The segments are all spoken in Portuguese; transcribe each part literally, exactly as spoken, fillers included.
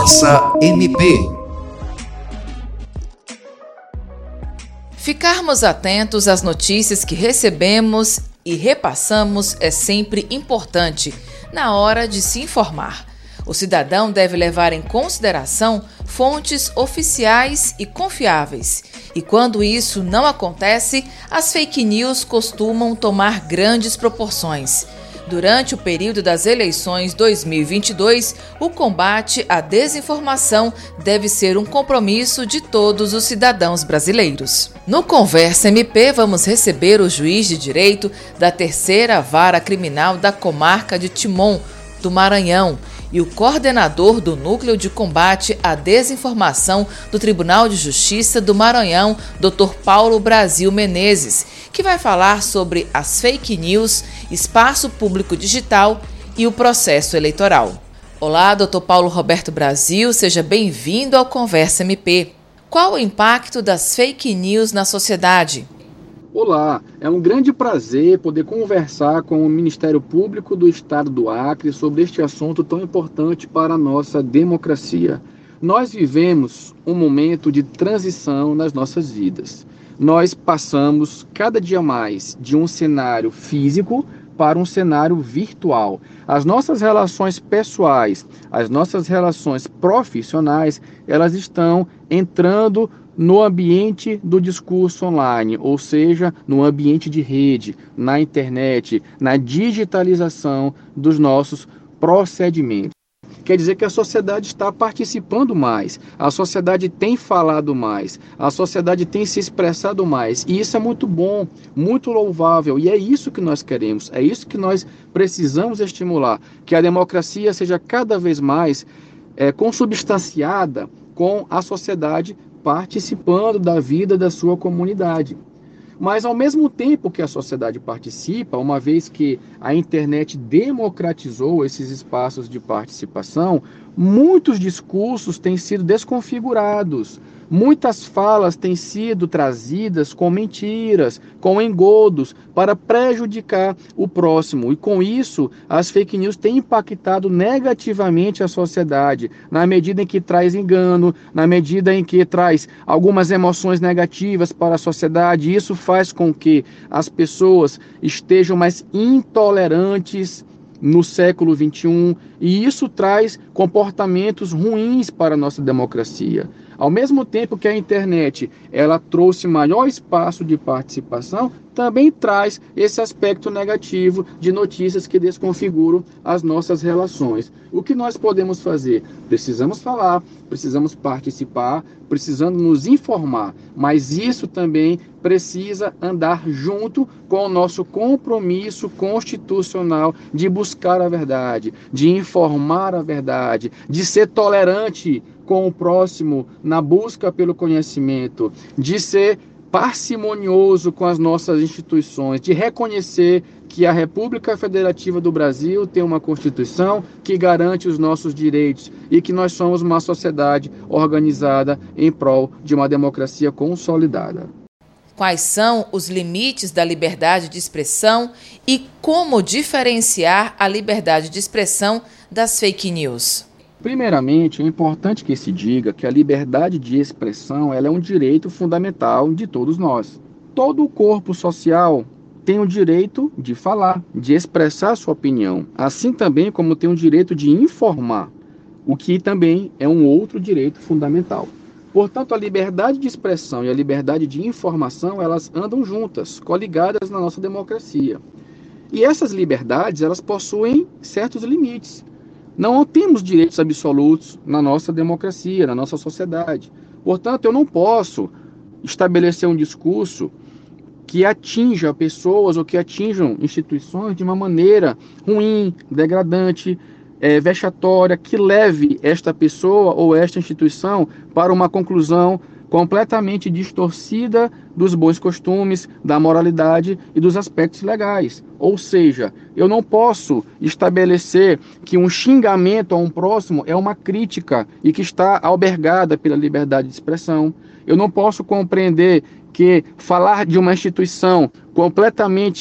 Conversa M P. Ficarmos atentos às notícias que recebemos e repassamos é sempre importante na hora de se informar. O cidadão deve levar em consideração fontes oficiais e confiáveis. E quando isso não acontece, as fake news costumam tomar grandes proporções. Durante o período das eleições dois mil e vinte e dois, o combate à desinformação deve ser um compromisso de todos os cidadãos brasileiros. No Conversa M P, vamos receber o juiz de direito da terceira Vara Criminal da Comarca de Timon, do Maranhão, e o coordenador do Núcleo de Combate à Desinformação do Tribunal de Justiça do Maranhão, doutor Paulo Brasil Menezes, que vai falar sobre as fake news, espaço público digital e o processo eleitoral. Olá, doutor Paulo Roberto Brasil, seja bem-vindo ao Conversa M P. Qual o impacto das fake news na sociedade? Olá, é um grande prazer poder conversar com o Ministério Público do Estado do Acre sobre este assunto tão importante para a nossa democracia. Nós vivemos um momento de transição nas nossas vidas. Nós passamos cada dia mais de um cenário físico para um cenário virtual. As nossas relações pessoais, as nossas relações profissionais, elas estão entrando no ambiente do discurso online, ou seja, no ambiente de rede, na internet, na digitalização dos nossos procedimentos. Quer dizer que a sociedade está participando mais, a sociedade tem falado mais, a sociedade tem se expressado mais, e isso é muito bom, muito louvável, e é isso que nós queremos, é isso que nós precisamos estimular, que a democracia seja cada vez mais é, consubstanciada com a sociedade participando da vida da sua comunidade. Mas ao mesmo tempo que a sociedade participa, uma vez que a internet democratizou esses espaços de participação, muitos discursos têm sido desconfigurados. Muitas falas têm sido trazidas com mentiras, com engodos, para prejudicar o próximo. E com isso, as fake news têm impactado negativamente a sociedade, na medida em que traz engano, na medida em que traz algumas emoções negativas para a sociedade. Isso faz com que as pessoas estejam mais intolerantes no século vinte e um, e isso traz comportamentos ruins para a nossa democracia. Ao mesmo tempo que a internet ela trouxe maior espaço de participação, também traz esse aspecto negativo de notícias que desconfiguram as nossas relações. O que nós podemos fazer? Precisamos falar, precisamos participar, precisamos nos informar, mas isso também precisa andar junto com o nosso compromisso constitucional de buscar a verdade, de informar a verdade, de ser tolerante com o próximo na busca pelo conhecimento, de ser parcimonioso com as nossas instituições, de reconhecer que a República Federativa do Brasil tem uma Constituição que garante os nossos direitos e que nós somos uma sociedade organizada em prol de uma democracia consolidada. Quais são os limites da liberdade de expressão e como diferenciar a liberdade de expressão das fake news? Primeiramente, é importante que se diga que a liberdade de expressão ela é um direito fundamental de todos nós. Todo o corpo social tem o direito de falar, de expressar sua opinião, assim também como tem o direito de informar, o que também é um outro direito fundamental. Portanto, a liberdade de expressão e a liberdade de informação, elas andam juntas, coligadas na nossa democracia. E essas liberdades, elas possuem certos limites. Não temos direitos absolutos na nossa democracia, na nossa sociedade. Portanto, eu não posso estabelecer um discurso que atinja pessoas ou que atinjam instituições de uma maneira ruim, degradante, é, vexatória, que leve esta pessoa ou esta instituição para uma conclusão completamente distorcida dos bons costumes, da moralidade e dos aspectos legais. Ou seja, eu não posso estabelecer que um xingamento a um próximo é uma crítica e que está albergada pela liberdade de expressão. Eu não posso compreender que falar de uma instituição completamente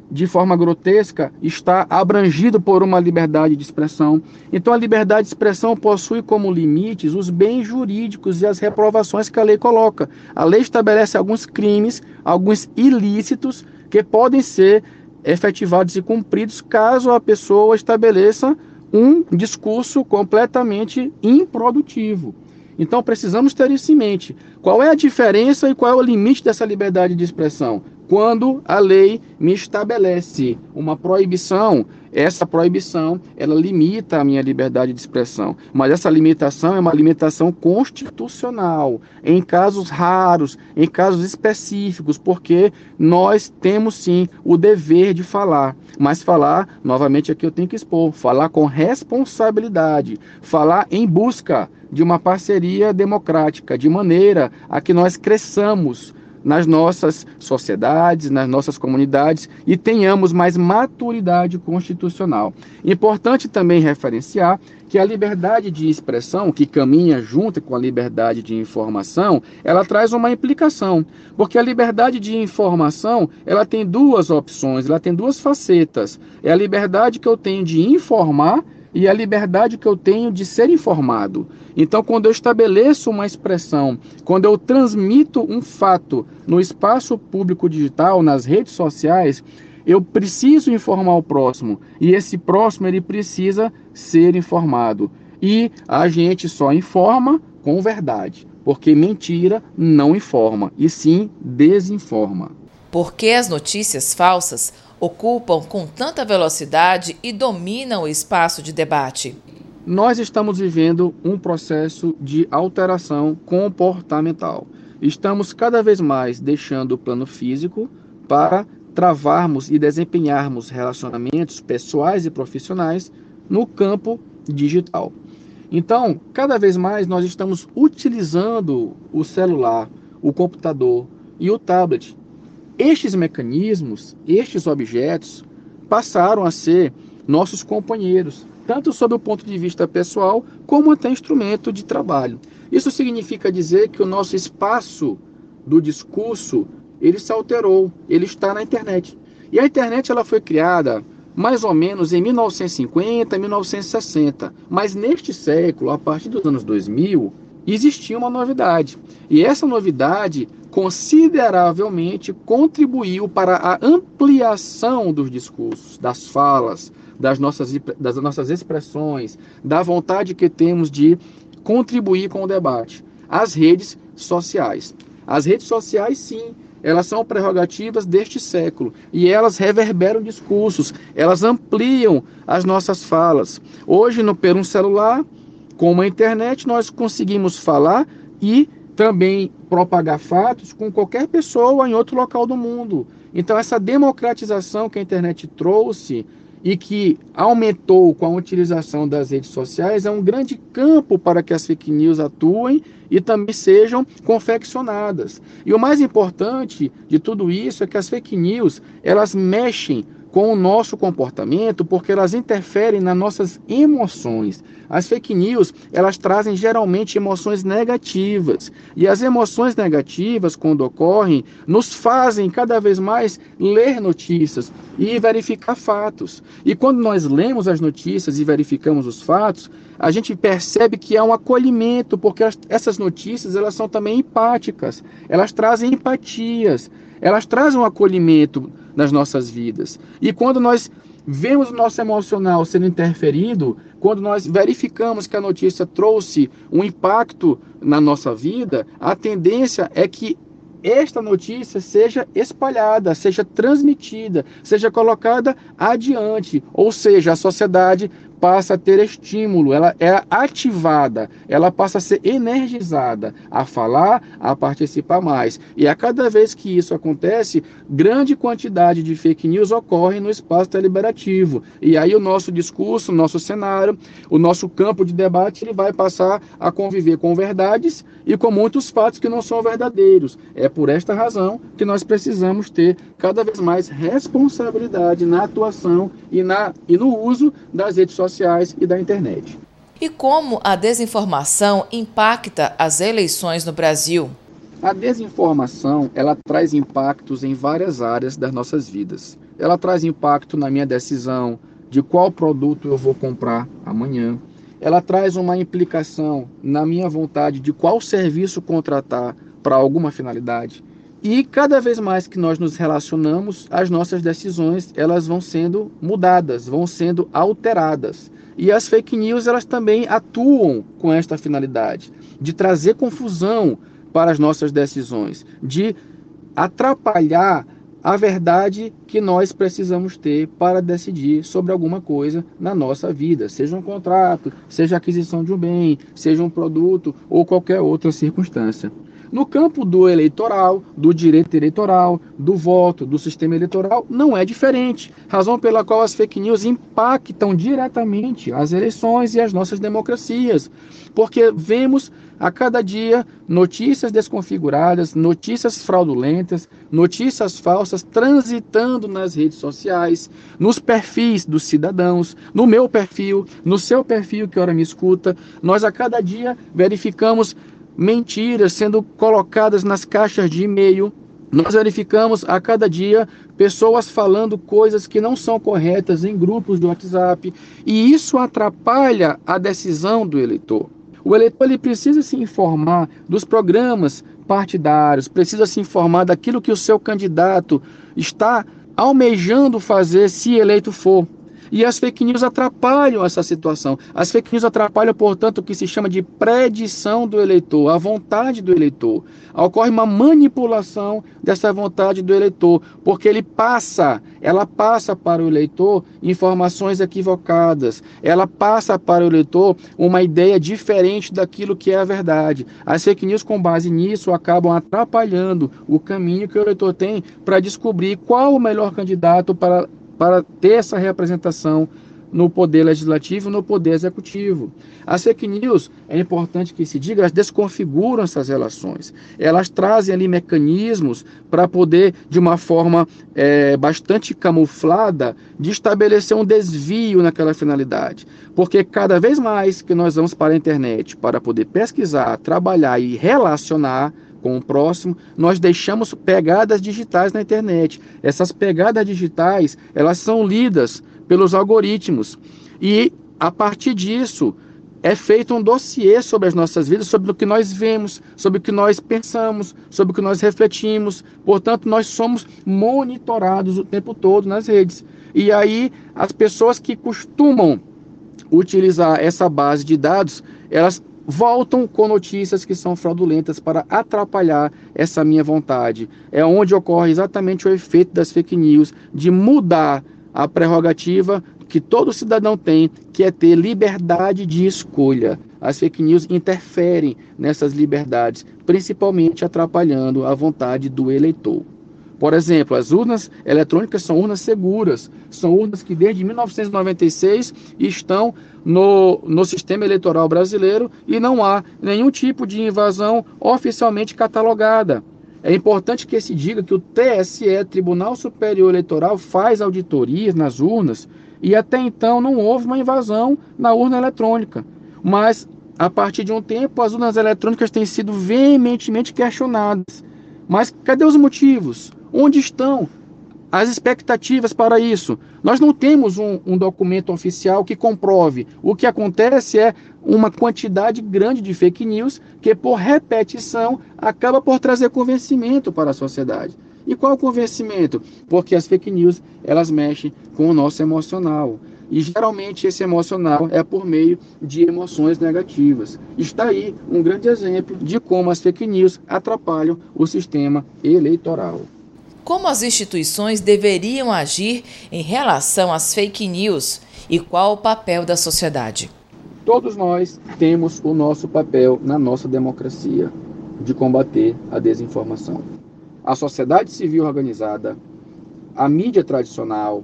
de forma grotesca, está abrangido por uma liberdade de expressão. Então, a liberdade de expressão possui como limites os bens jurídicos e as reprovações que a lei coloca. A lei estabelece alguns crimes, alguns ilícitos, que podem ser efetivados e cumpridos caso a pessoa estabeleça um discurso completamente improdutivo. Então, precisamos ter isso em mente. Qual é a diferença e qual é o limite dessa liberdade de expressão? Quando a lei me estabelece uma proibição, essa proibição, ela limita a minha liberdade de expressão. Mas essa limitação é uma limitação constitucional, em casos raros, em casos específicos, porque nós temos sim o dever de falar. Mas falar, novamente aqui eu tenho que expor, falar com responsabilidade, falar em busca de uma parceria democrática, de maneira a que nós cresçamos nas nossas sociedades, nas nossas comunidades e tenhamos mais maturidade constitucional. Importante também referenciar que a liberdade de expressão, que caminha junto com a liberdade de informação, ela traz uma implicação, porque a liberdade de informação, ela tem duas opções, ela tem duas facetas. É a liberdade que eu tenho de informar e a liberdade que eu tenho de ser informado. Então, quando eu estabeleço uma expressão, quando eu transmito um fato no espaço público digital, nas redes sociais, eu preciso informar o próximo. E esse próximo, ele precisa ser informado. E a gente só informa com verdade, porque mentira não informa, e sim desinforma. Por que as notícias falsas ocupam com tanta velocidade e dominam o espaço de debate? Nós estamos vivendo um processo de alteração comportamental. Estamos cada vez mais deixando o plano físico para travarmos e desempenharmos relacionamentos pessoais e profissionais no campo digital. Então, cada vez mais nós estamos utilizando o celular, o computador e o tablet. Estes mecanismos, estes objetos, passaram a ser nossos companheiros, tanto sob o ponto de vista pessoal, como até instrumento de trabalho. Isso significa dizer que o nosso espaço do discurso, ele se alterou, ele está na internet. E a internet ela foi criada mais ou menos em mil novecentos e cinquenta, mil novecentos e sessenta. Mas neste século, a partir dos anos dois mil, existia uma novidade. E essa novidade consideravelmente contribuiu para a ampliação dos discursos, das falas, das nossas, das nossas expressões, da vontade que temos de contribuir com o debate. As redes sociais. As redes sociais, sim, elas são prerrogativas deste século e elas reverberam discursos, elas ampliam as nossas falas. Hoje, no, por um celular, com a internet, nós conseguimos falar e também propagar fatos com qualquer pessoa em outro local do mundo. Então, essa democratização que a internet trouxe e que aumentou com a utilização das redes sociais é um grande campo para que as fake news atuem e também sejam confeccionadas. E o mais importante de tudo isso é que as fake news, elas mexem com o nosso comportamento porque elas interferem nas nossas emoções. As fake news, elas trazem geralmente emoções negativas. E as emoções negativas, quando ocorrem, nos fazem cada vez mais ler notícias e verificar fatos. E quando nós lemos as notícias e verificamos os fatos, a gente percebe que há um acolhimento, porque essas notícias, elas são também empáticas. Elas trazem empatias. Elas trazem um acolhimento nas nossas vidas. E quando nós vemos o nosso emocional sendo interferido, quando nós verificamos que a notícia trouxe um impacto na nossa vida, a tendência é que esta notícia seja espalhada, seja transmitida, seja colocada adiante, ou seja, a sociedade passa a ter estímulo, ela é ativada, ela passa a ser energizada a falar, a participar mais. E a cada vez que isso acontece, grande quantidade de fake news ocorre no espaço deliberativo. E aí o nosso discurso, o nosso cenário, o nosso campo de debate, ele vai passar a conviver com verdades e com muitos fatos que não são verdadeiros. É por esta razão que nós precisamos ter cada vez mais responsabilidade na atuação e, na, e no uso das redes sociais sociais e da internet. E como a desinformação impacta as eleições no Brasil? A desinformação, ela traz impactos em várias áreas das nossas vidas. Ela traz impacto na minha decisão de qual produto eu vou comprar amanhã. Ela traz uma implicação na minha vontade de qual serviço contratar para alguma finalidade. E cada vez mais que nós nos relacionamos, as nossas decisões, elas vão sendo mudadas, vão sendo alteradas. E as fake news, elas também atuam com esta finalidade, de trazer confusão para as nossas decisões, de atrapalhar a verdade que nós precisamos ter para decidir sobre alguma coisa na nossa vida, seja um contrato, seja a aquisição de um bem, seja um produto ou qualquer outra circunstância. No campo do eleitoral, do direito eleitoral, do voto, do sistema eleitoral, não é diferente. Razão pela qual as fake news impactam diretamente as eleições e as nossas democracias. Porque vemos a cada dia notícias desconfiguradas, notícias fraudulentas, notícias falsas transitando nas redes sociais, nos perfis dos cidadãos, no meu perfil, no seu perfil que ora me escuta. Nós a cada dia verificamos mentiras sendo colocadas nas caixas de e-mail. Nós verificamos a cada dia pessoas falando coisas que não são corretas em grupos de WhatsApp, e isso atrapalha a decisão do eleitor. O eleitor ele precisa se informar dos programas partidários, precisa se informar daquilo que o seu candidato está almejando fazer se eleito for. E as fake news atrapalham essa situação. As fake news atrapalham, portanto, o que se chama de predição do eleitor, a vontade do eleitor. Ocorre uma manipulação dessa vontade do eleitor, porque ele passa, ela passa para o eleitor informações equivocadas, ela passa para o eleitor uma ideia diferente daquilo que é a verdade. As fake news, com base nisso, acabam atrapalhando o caminho que o eleitor tem para descobrir qual o melhor candidato para para ter essa representação no poder legislativo e no poder executivo. As fake news, é importante que se diga, elas desconfiguram essas relações. Elas trazem ali mecanismos para poder, de uma forma é, bastante camuflada, de estabelecer um desvio naquela finalidade. Porque cada vez mais que nós vamos para a internet para poder pesquisar, trabalhar e relacionar com o próximo, nós deixamos pegadas digitais na internet. Essas pegadas digitais, elas são lidas pelos algoritmos, e a partir disso é feito um dossiê sobre as nossas vidas, sobre o que nós vemos, sobre o que nós pensamos, sobre o que nós refletimos. Portanto, nós somos monitorados o tempo todo nas redes. E aí, as pessoas que costumam utilizar essa base de dados, elas voltam com notícias que são fraudulentas para atrapalhar essa minha vontade. É onde ocorre exatamente o efeito das fake news, de mudar a prerrogativa que todo cidadão tem, que é ter liberdade de escolha. As fake news interferem nessas liberdades, principalmente atrapalhando a vontade do eleitor. Por exemplo, as urnas eletrônicas são urnas seguras, são urnas que desde mil novecentos e noventa e seis estão no, no sistema eleitoral brasileiro e não há nenhum tipo de invasão oficialmente catalogada. É importante que se diga que o T S E, Tribunal Superior Eleitoral, faz auditorias nas urnas e até então não houve uma invasão na urna eletrônica. Mas, a partir de um tempo, as urnas eletrônicas têm sido veementemente questionadas. Mas cadê os motivos? Onde estão as expectativas para isso? Nós não temos um, um documento oficial que comprove. O que acontece é uma quantidade grande de fake news que, por repetição, acaba por trazer convencimento para a sociedade. E qual o convencimento? Porque as fake news, elas mexem com o nosso emocional. E geralmente esse emocional é por meio de emoções negativas. Está aí um grande exemplo de como as fake news atrapalham o sistema eleitoral. Como as instituições deveriam agir em relação às fake news e qual o papel da sociedade? Todos nós temos o nosso papel na nossa democracia de combater a desinformação. A sociedade civil organizada, a mídia tradicional,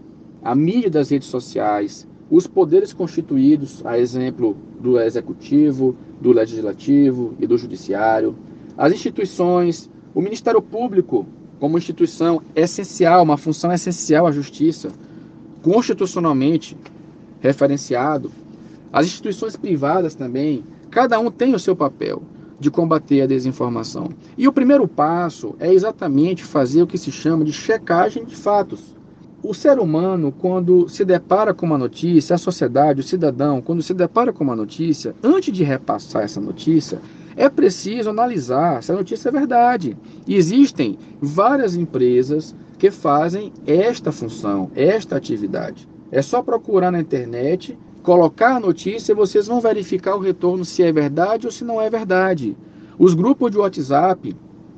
a mídia das redes sociais, os poderes constituídos, a exemplo do executivo, do legislativo e do judiciário, as instituições, o Ministério Público como instituição essencial, uma função essencial à justiça, constitucionalmente referenciado, as instituições privadas também, cada um tem o seu papel. de combater a desinformação. E o primeiro passo é exatamente fazer o que se chama de checagem de fatos. O ser humano, quando se depara com uma notícia, a sociedade, o cidadão, quando se depara com uma notícia, antes de repassar essa notícia, é preciso analisar se a notícia é verdade. E existem várias empresas que fazem esta função, esta atividade. É só procurar na internet, colocar a notícia e vocês vão verificar o retorno se é verdade ou se não é verdade. Os grupos de WhatsApp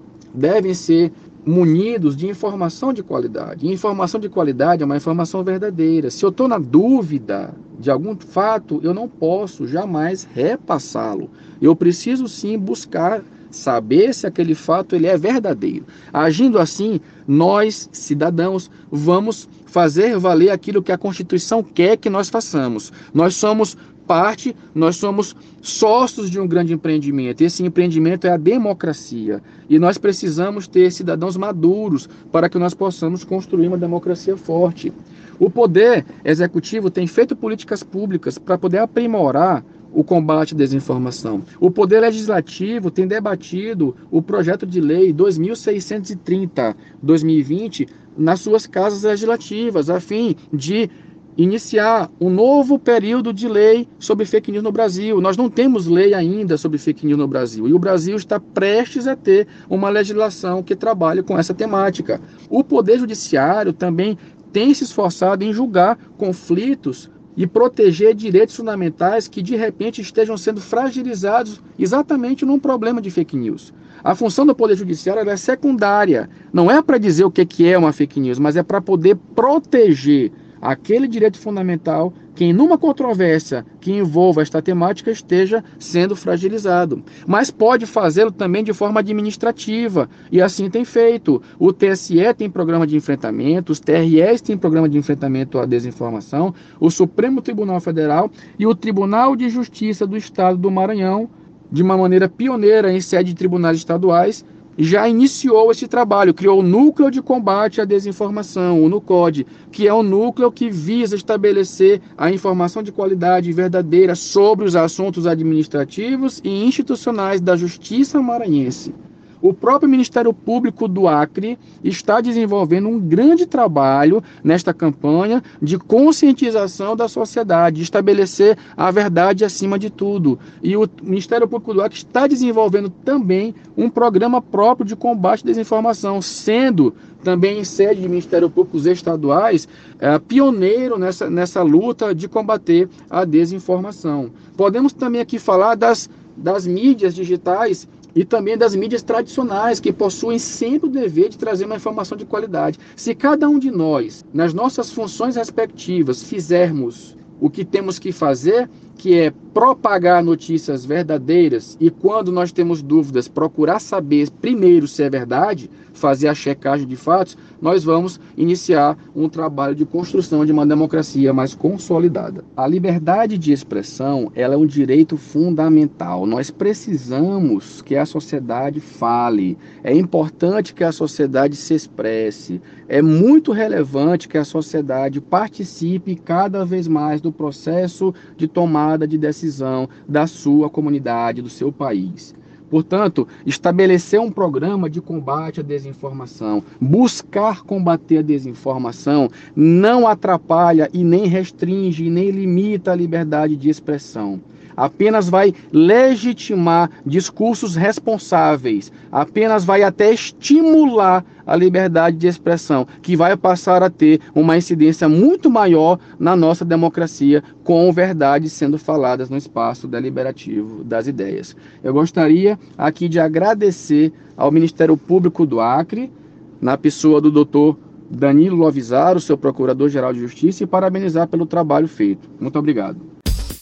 devem ser munidos de informação de qualidade. E informação de qualidade é uma informação verdadeira. Se eu estou na dúvida de algum fato, eu não posso jamais repassá-lo. Eu preciso sim buscar saber se aquele fato ele é verdadeiro. Agindo assim, nós, cidadãos, vamos fazer valer aquilo que a Constituição quer que nós façamos. Nós somos parte, nós somos sócios de um grande empreendimento. Esse empreendimento é a democracia. E nós precisamos ter cidadãos maduros para que nós possamos construir uma democracia forte. O poder executivo tem feito políticas públicas para poder aprimorar o combate à desinformação. O Poder Legislativo tem debatido o projeto de lei dois mil seiscentos e trinta barra dois mil e vinte nas suas casas legislativas, a fim de iniciar um novo período de lei sobre fake news no Brasil. Nós não temos lei ainda sobre fake news no Brasil, e o Brasil está prestes a ter uma legislação que trabalhe com essa temática. O Poder Judiciário também tem se esforçado em julgar conflitos e proteger direitos fundamentais que de repente estejam sendo fragilizados exatamente num problema de fake news. A função do Poder Judiciário ela é secundária, não é para dizer o que é uma fake news, mas é para poder proteger aquele direito fundamental que em numa controvérsia que envolva esta temática esteja sendo fragilizado. Mas pode fazê-lo também de forma administrativa, e assim tem feito. O T S E tem programa de enfrentamento, os T R Es têm programa de enfrentamento à desinformação, o Supremo Tribunal Federal e o Tribunal de Justiça do Estado do Maranhão, de uma maneira pioneira em sede de tribunais estaduais, já iniciou esse trabalho, criou o Núcleo de Combate à Desinformação, o NUCODE, que é um núcleo que visa estabelecer a informação de qualidade verdadeira sobre os assuntos administrativos e institucionais da Justiça maranhense. O próprio Ministério Público do Acre está desenvolvendo um grande trabalho nesta campanha de conscientização da sociedade, de estabelecer a verdade acima de tudo. E o Ministério Público do Acre está desenvolvendo também um programa próprio de combate à desinformação, sendo também em sede de Ministério Públicos estaduais, é, pioneiro nessa, nessa luta de combater a desinformação. Podemos também aqui falar das, das mídias digitais e também das mídias tradicionais, que possuem sempre o dever de trazer uma informação de qualidade. Se cada um de nós, nas nossas funções respectivas, fizermos o que temos que fazer, que é propagar notícias verdadeiras, e quando nós temos dúvidas, procurar saber primeiro se é verdade, fazer a checagem de fatos, nós vamos iniciar um trabalho de construção de uma democracia mais consolidada. A liberdade de expressão, ela é um direito fundamental. Nós precisamos que a sociedade fale. É importante que a sociedade se expresse. É muito relevante que a sociedade participe cada vez mais do processo de tomada de decisão da sua comunidade, do seu país. Portanto, estabelecer um programa de combate à desinformação, buscar combater a desinformação, não atrapalha e nem restringe e nem limita a liberdade de expressão. Apenas vai legitimar discursos responsáveis, apenas vai até estimular a liberdade de expressão, que vai passar a ter uma incidência muito maior na nossa democracia, com verdades sendo faladas no espaço deliberativo das ideias. Eu gostaria aqui de agradecer ao Ministério Público do Acre, na pessoa do doutor Danilo Lovisaro, seu Procurador-Geral de Justiça, e parabenizar pelo trabalho feito. Muito obrigado.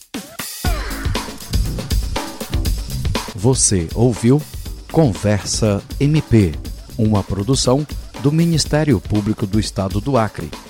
Você ouviu Conversa M P, uma produção do Ministério Público do Estado do Acre.